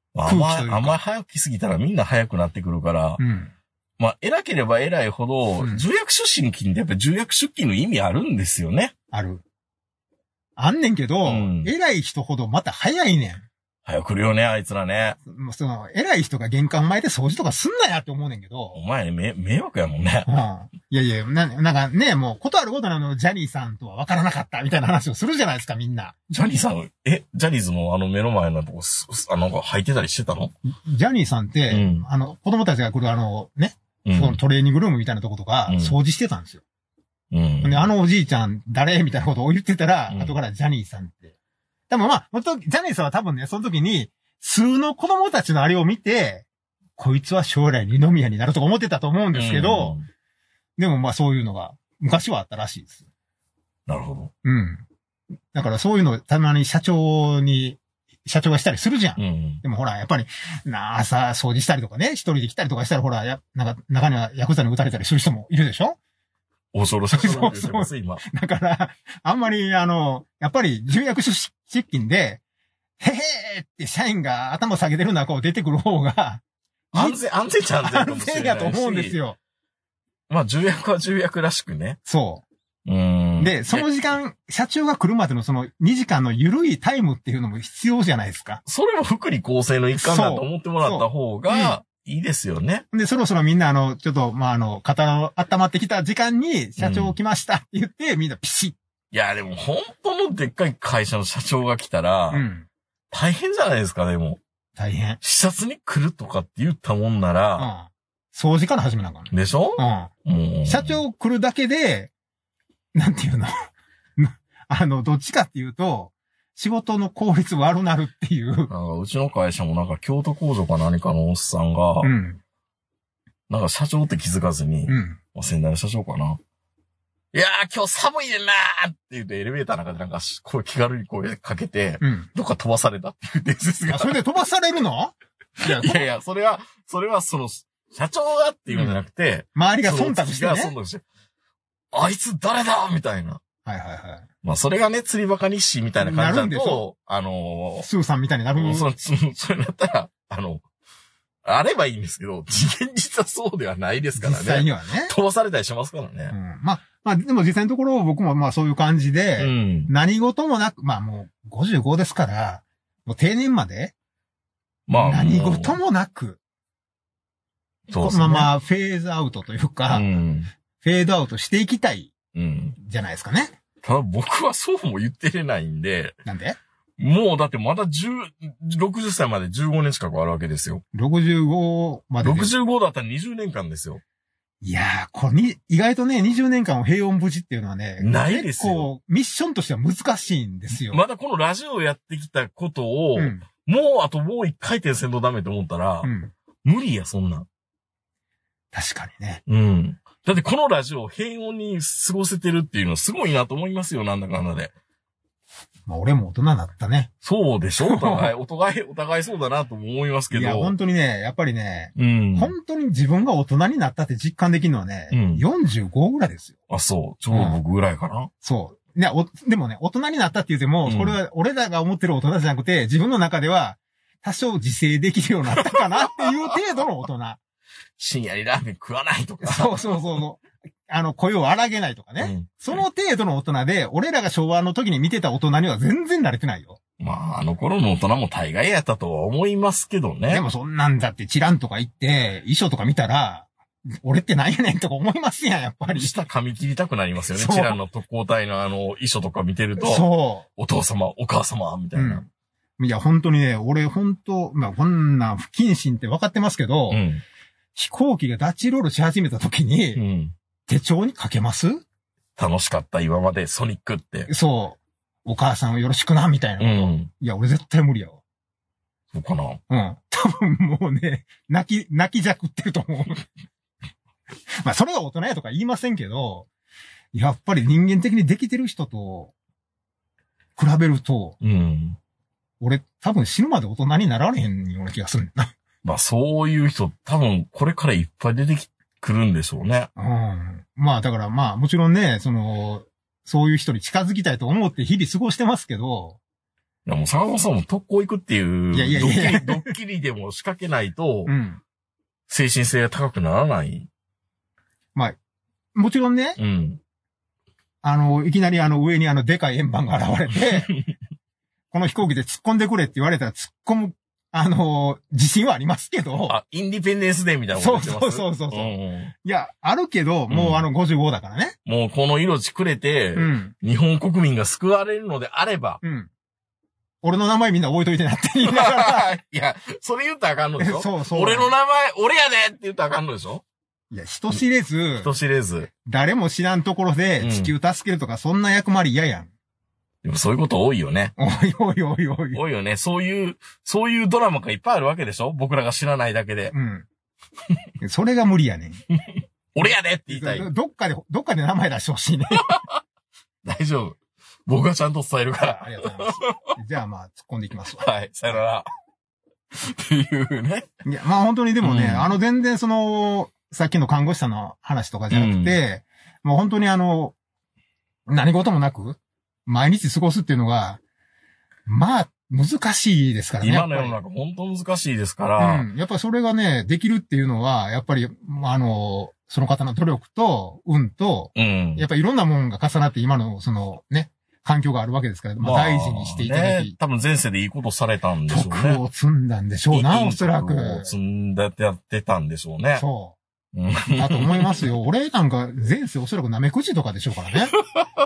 あんま早く来すぎたらみんな早くなってくるから、まあ、偉ければ偉いほど、重役出勤ってやっぱ重役出勤の意味あるんですよね。 ある。あんねんけど、偉い人ほどまた早いねん。 早く来るよね、あいつらね。 もう偉い人が玄関前で掃除とかすんなやって思うねんけど。 お前ね、迷惑やもんね。 いやいや、なんかね、もう、ことあることなのジャニーさんとは分からなかったみたいな話をするじゃないですか、みんな。 ジャニーさん、ジャニーズの目の前のとこ、なんか入ってたりしてたの？ ジャニーさんって、子供たちが来るそのトレーニングルームみたいなとことか、掃除してたんですよ。で、おじいちゃん、誰みたいなことを言ってたら、後からジャニーさんって。でもまあ、ジャニーさんは多分ね、その時に、数の子供たちのあれを見て、こいつは将来二宮になるとか思ってたと思うんですけど、でもまあそういうのが、昔はあったらしいです。 なるほど。 だからそういうのたまに社長がしたりするじゃん。でもほら、やっぱり、朝掃除したりとかね、一人で来たりとかしたらほら、なんか、中にはヤクザに撃たれたりする人もいるでしょ？ 恐ろしいこと言ってます、今。 だから、あんまりやっぱり重役出勤で、へへーって社員が頭下げてる中を出てくる方が、 安全やと思うんですよ。 まあ、重役は重役らしくね。 そう。で、その時間、社長が来るまでのその2時間の緩いタイムっていうのも必要じゃないですか。 それも福利厚生の一環だと思ってもらった方が、いいですよね。 で、そろそろみんなちょっと、肩の温まってきた時間に、社長来ましたって言って、みんなピシッ。 いや、でも本当のでっかい会社の社長が来たら、大変じゃないですか、でも。 大変。 視察に来るとかって言ったもんなら、 掃除から始めなあかん。 でしょ？ 社長来るだけで、なんていうのどっちかっていうと、仕事の効率悪なるっていう。 うちの会社もなんか京都工場か何かのおっさんが、なんか社長って気づかずに、先代の社長かな。いやー今日寒いねんなーって言ってエレベーターの中でなんか気軽に声かけて、どっか飛ばされたっていう伝説が。 それで飛ばされるの？ いや、それはその、社長がっていうんじゃなくて、 周りが忖度してね。 忖度して、あいつ誰だみたいな。まあ、それがね、釣りバカ日誌みたいな感じだと、 スーさんみたいになる。 それだったら、あればいいんですけど、現実はそうではないですからね。 実際にはね。 飛ばされたりしますからね。 まあ、でも実際のところ僕もまあそういう感じで、何事もなく、まあもう55ですから、もう定年まで、何事もなく、このままフェーズアウトというか、フェードアウトしていきたい、じゃないですかね。 ただ僕はそうも言ってれないんで。 なんで？ もうだってまだ60歳まで15年近くあるわけですよ。 65まで。 65だったら20年間ですよ。 いやー、これ意外とね、20年間を平穏無事っていうのはね、 ないですよ。 結構ミッションとしては難しいんですよ。 まだこのラジオをやってきたことを、もう一回転せんとダメと思ったら、無理や、そんなん。 確かにね。 だってこのラジオを平穏に過ごせてるっていうのはすごいなと思いますよ、なんだかんだで。 まあ俺も大人になったね。 そうでしょ？お互いそうだなとも思いますけど。 いや、本当にね、やっぱりね、本当に自分が大人になったって実感できるのはね、45ぐらいですよ。 あ、そう。ちょうど僕ぐらいかな。 そう。でもね、大人になったって言っても、これは俺らが思ってる大人じゃなくて、自分の中では多少自制できるようになったかなっていう程度の大人。 深夜にラーメン食わないとか。 そう。声を荒げないとかね。その程度の大人で、俺らが昭和の時に見てた大人には全然慣れてないよ。 まあ、あの頃の大人も大概やったとは思いますけどね。 でもそんなんだってチランとか言って、衣装とか見たら、俺ってなんやねんとか思いますやん、やっぱり。 舌噛み切りたくなりますよね。チランの特攻隊の衣装とか見てると。 そう。 お父様、お母様、みたいな。 いや、本当にね、俺本当、まあこんな不謹慎って分かってますけど、飛行機がダッチロールし始めた時に、手帳に書けます？ 楽しかった今までソニックって。 そう。お母さんをよろしくな、みたいな。いや、俺絶対無理やわ。 そうかな。 多分もうね、泣きじゃくってると思う。まあ、それが大人やとか言いませんけど、やっぱり人間的にできてる人と比べると、俺多分死ぬまで大人になられへんような気がするんだな。 まあ、そういう人多分これからいっぱい出てくるんでしょうね。 まあ、だからまあ、もちろんね、そういう人に近づきたいと思って日々過ごしてますけど、 いやもう坂本さんも特攻行くっていう、 いやドッキリでも仕掛けないと、精神性が高くならない。 まあ、もちろんね、いきなり上にでかい円盤が現れて、この飛行機で突っ込んでくれって言われたら突っ込む、自信はありますけど。 インディペンデンスデーみたいなこと言ってます。 そう。いや、あるけど、もう55だからね。 もうこの命くれて、日本国民が救われるのであれば、 俺の名前みんな覚えといてなって言いながら。 いや、それ言ったらあかんのでしょそう。 俺の名前、俺やでって言ったらあかんのでしょいや、人知れず。誰も知らんところで地球助けるとか、そんな役回り嫌やん。 でもそういうこと多いよね。 おい。 多いよね。そういうドラマがいっぱいあるわけでしょ僕らが知らないだけで。 それが無理やねん。 俺やでって言いたい。 どっかで名前出してほしいね。 大丈夫。僕がちゃんと伝えるから。 ありがとうございます。じゃあ突っ込んでいきますわ。 はい、さよなら。っていうね。 いや、本当にでもね、全然さっきの看護師さんの話とかじゃなくて、もう本当に何事もなく、毎日過ごすっていうのが、難しいですからね。 今の世の中本当難しいですから。 やっぱりそれがね、できるっていうのは、やっぱり、その方の努力と、運と、やっぱりいろんなものが重なって今の、環境があるわけですから、大事にしていただき。 多分前世でいいことされたんでしょうね。 徳を積んだんでしょうな、おそらく。 徳を積んでやってたんでしょうね。 そう。だと思いますよ。俺なんか前世おそらくナメクジとかでしょうからね。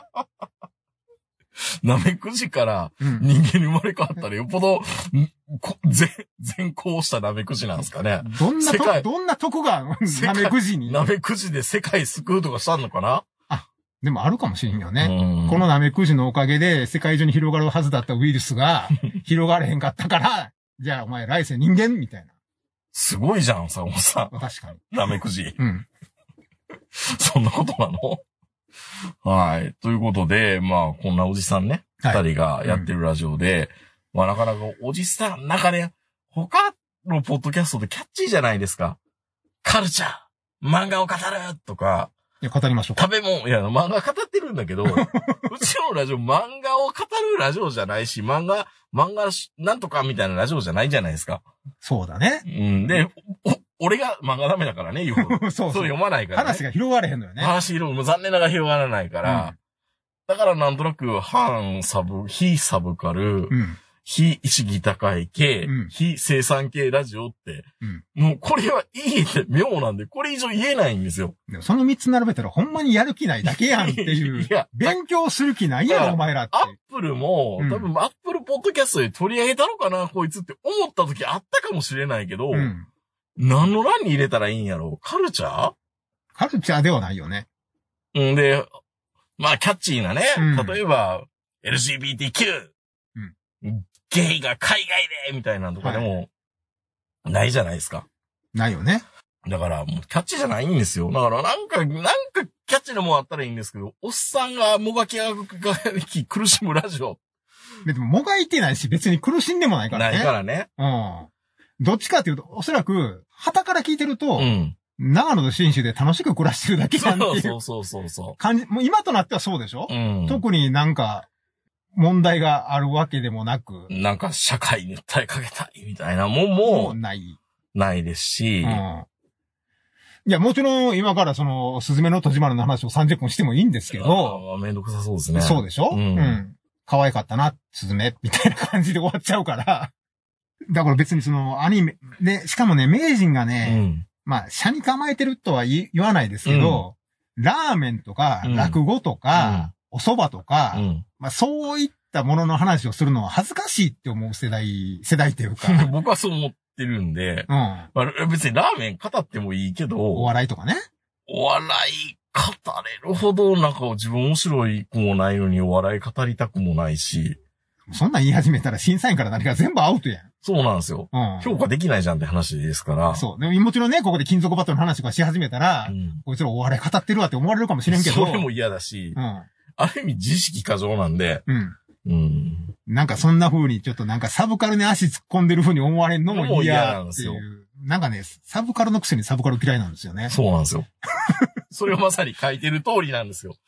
ナメクジから人間に生まれ変わったらよっぽど、善行したナメクジなんですかね。 どんな徳がナメクジに。 ナメクジで世界救うとかしたのかな？ でもあるかもしれんよね。このナメクジのおかげで世界中に広がるはずだったウイルスが広がれへんかったから、じゃあお前来世人間みたいな。 すごいじゃん、坂本さん。 確かに。 ナメクジ。そんなことなの？はい。ということで、こんなおじさんね、二人がやってるラジオで、なかなかおじさん、他のポッドキャストでキャッチーじゃないですか。カルチャー、漫画を語るとか、 いや、語りましょう。 食べ物、漫画語ってるんだけど、うちのラジオ、漫画を語るラジオじゃないし、漫画なんとかみたいなラジオじゃないじゃないですか。 そうだね。 で、俺が漫画ダメだからね、そう読まないから、ね。 話が広がれへんのよね。 残念ながら広がらないから。だからなんとなく、非サブカル、非意識高い系、非生産系ラジオって、もうこれはいいって妙なんで、これ以上言えないんですよ。 その3つ並べたらほんまにやる気ないだけやんっていう。いや、勉強する気ないやろ、お前らって。 アップルも、多分アップルポッドキャストで取り上げたのかな、こいつって思った時あったかもしれないけど、何の欄に入れたらいいんやろ？カルチャー？ カルチャーではないよね。 で、キャッチーなね、例えば、LGBTQ、ゲイが海外でみたいなのとかでも、ないじゃないですか。 ないよね。 だから、もうキャッチじゃないんですよ。だからなんかキャッチのもんあったらいいんですけど、おっさんがもがき苦しむラジオ。 でも、もがいてないし、別に苦しんでもないからね。 ないからね。 どっちかっていうと、おそらく、旗から聞いてると、長野と新州で楽しく暮らしてるだけなんていうそう感じ、もう今となってはそうでしょ？特になんか、問題があるわけでもなく。 なんか社会に訴えかけたいみたいなもんもないですし。いや、もちろん今からスズメの戸締まりの話を30分してもいいんですけど。 めんどくさそうですね。 そうでしょ？可愛かったな、スズメ、みたいな感じで終わっちゃうから。だから別にアニメ、で、しかもね、名人がね、車に構えてるとは言わないですけど、ラーメンとか、落語とか、お蕎麦とか、そういったものの話をするのは恥ずかしいって思う世代っていうか。 僕はそう思ってるんで、別にラーメン語ってもいいけど、 お笑いとかね。 お笑い語れるほどなんか自分面白いくもないのにお笑い語りたくもないし。 そんなん言い始めたら審査員から何か全部アウトやん。 そうなんですよ。評価できないじゃんって話ですから。 そう。でももちろんね、ここで金属バトルの話とかし始めたら、こいつらお笑い語ってるわって思われるかもしれんけど。 それも嫌だし、ある意味自意識過剰なんで、 なんかそんな風にちょっとなんかサブカルに足突っ込んでる風に思われるのも嫌なんですよ。なんかね、サブカルのくせにサブカル嫌いなんですよね。 そうなんですよ。それをまさに書いてる通りなんですよ。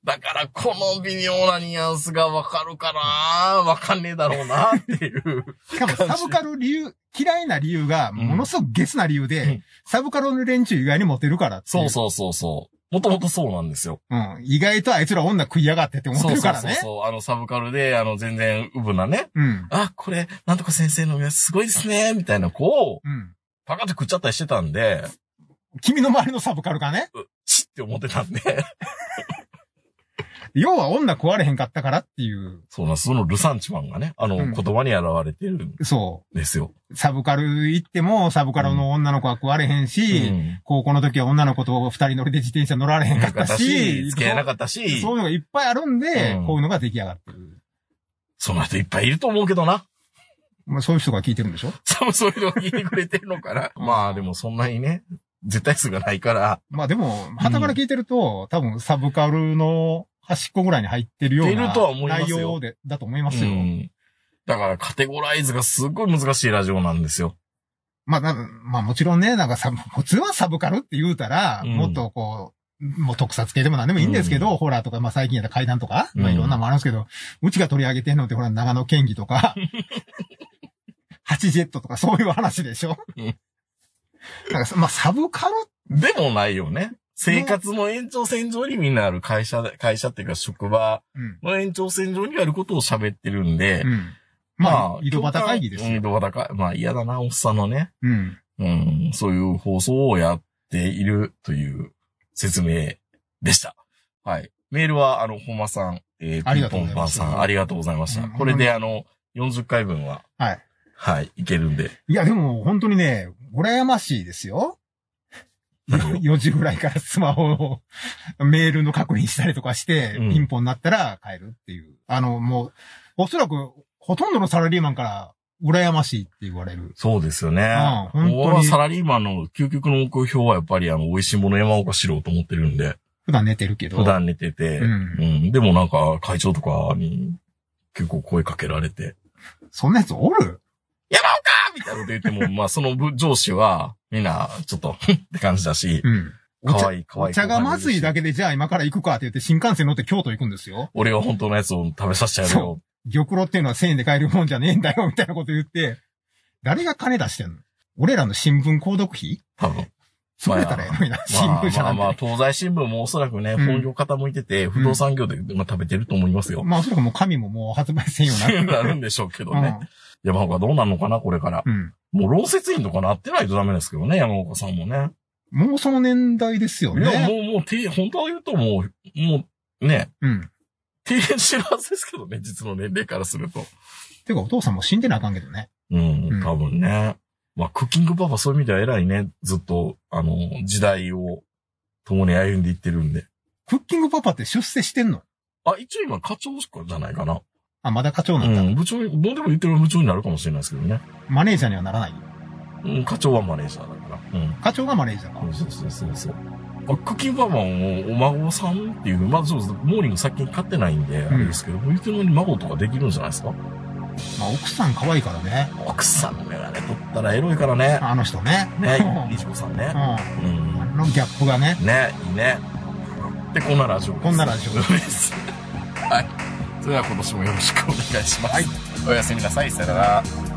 だからこの微妙なニュアンスがわかるかなわかんねえだろうなっていう。 しかもサブカル嫌いな理由がものすごくゲスな理由で、サブカルの連中意外にモテるからって。 そう。もともとそうなんですよ。 意外とあいつら女食いやがってって思ってるからね。 そう。サブカルで、全然ウブなね。これ、なんとか先生のやつすごいですね、みたいな子を、パカって食っちゃったりしてたんで。 君の周りのサブカルがね。 チって思ってたんで。 要は女食われへんかったからっていう。 そうなんです。そのルサンチマンがね、言葉に現れてるんですよ。 サブカル行っても、サブカルの女の子は食われへんし、高校の時は女の子と二人乗りで自転車乗られへんかったし、 付き合えなかったし、 そういうのがいっぱいあるんで、こういうのが出来上がってる。 その人いっぱいいると思うけどな。 まあそういう人が聞いてるんでしょ？ そういう人が聞いてくれてるのかな。まあでもそんなにね、絶対数がないから。 まあでも、旗から聞いてると、多分サブカルの端っこぐらいに入ってるような内容だと思いますよ。 だからカテゴライズがすごい難しいラジオなんですよ。 まあもちろんね、普通はサブカルって言うたら、もっとこう、もう特撮系でも何でもいいんですけど、ホラーとか、まあ最近やったら怪談とか、まあいろんなもあるんですけど、うちが取り上げてんのってほら、長野県議とか、ハチジェットとかそういう話でしょ。なんかまあサブカルでもないよね。生活の延長線上にみんなある会社っていうか職場の延長線上にあることを喋ってるんで、 まあ、井戸端会議ですよ。 井戸端会議。まあ嫌だな、おっさんのね。そういう放送をやっているという説明でした。はい。メールは、本間さん、ピンポンパンさん、ありがとうございました。これで40回分は、はい、いけるんで。 いや、でも、本当にね、羨ましいですよ。4時ぐらいからスマホをメールの確認したりとかして、ピンポンになったら帰るっていう。もう、おそらく、ほとんどのサラリーマンから羨ましいって言われる。 そうですよね。本当に。サラリーマンの究極の目標はやっぱり美味しいもの山岡しろうと思ってるんで。 普段寝てるけど。 普段寝てて。でもなんか会長とかに結構声かけられて。 そんなやつおる？ 山岡みたいなこと言っても、まあその上司はみんなちょっとって感じだし。かわいい。 お茶がまずいだけでじゃあ今から行くかって言って新幹線乗って京都行くんですよ。 俺が本当のやつを食べさせちゃうよ。 玉露っていうのは1000円で買えるもんじゃねえんだよ、みたいなこと言って、誰が金出してんの？俺らの新聞購読費？ 多分。 それたらええのにな、新聞社なんて。 まあ、東西新聞もおそらくね、本業傾いてて、不動産業で食べてると思いますよ。 まあ、おそらくもう紙ももう発売せんようになるんでしょうけどね。山岡どうなるのかな、これから。もう、論説員とかなってないとダメですけどね、山岡さんもね。 もうその年代ですよね。 いや、もう、本当は言うともう、ね。低減してるはずですけどね、実の年齢からすると。 てか、お父さんも死んでなあかんけどね。 多分ね。まあ、クッキングパパそういう意味では偉いね。ずっと、時代を共に歩んでいってるんで。 クッキングパパって出世してんの？ 一応今課長じゃないかな。 まだ課長なんだ。 部長、どうでも言ってる部長になるかもしれないですけどね。 マネージャーにはならない？ 課長はマネージャーだから。 課長がマネージャーか。 そう。クッキングパパもお孫さんっていう、まあそうです。モーニング最近買ってないんで、あれですけど、言ってるのに孫とかできるんじゃないですか？ まあ奥さん可愛いからね。 奥さんのメガネ取ったらエロいからね。 あの人ね。 ね、いちこさんね。 あのギャップがね。 ね、いいね。で、こんなラジオです。 こんなラジオです。はい。それでは今年もよろしくお願いします。はい。おやすみなさい。さよなら。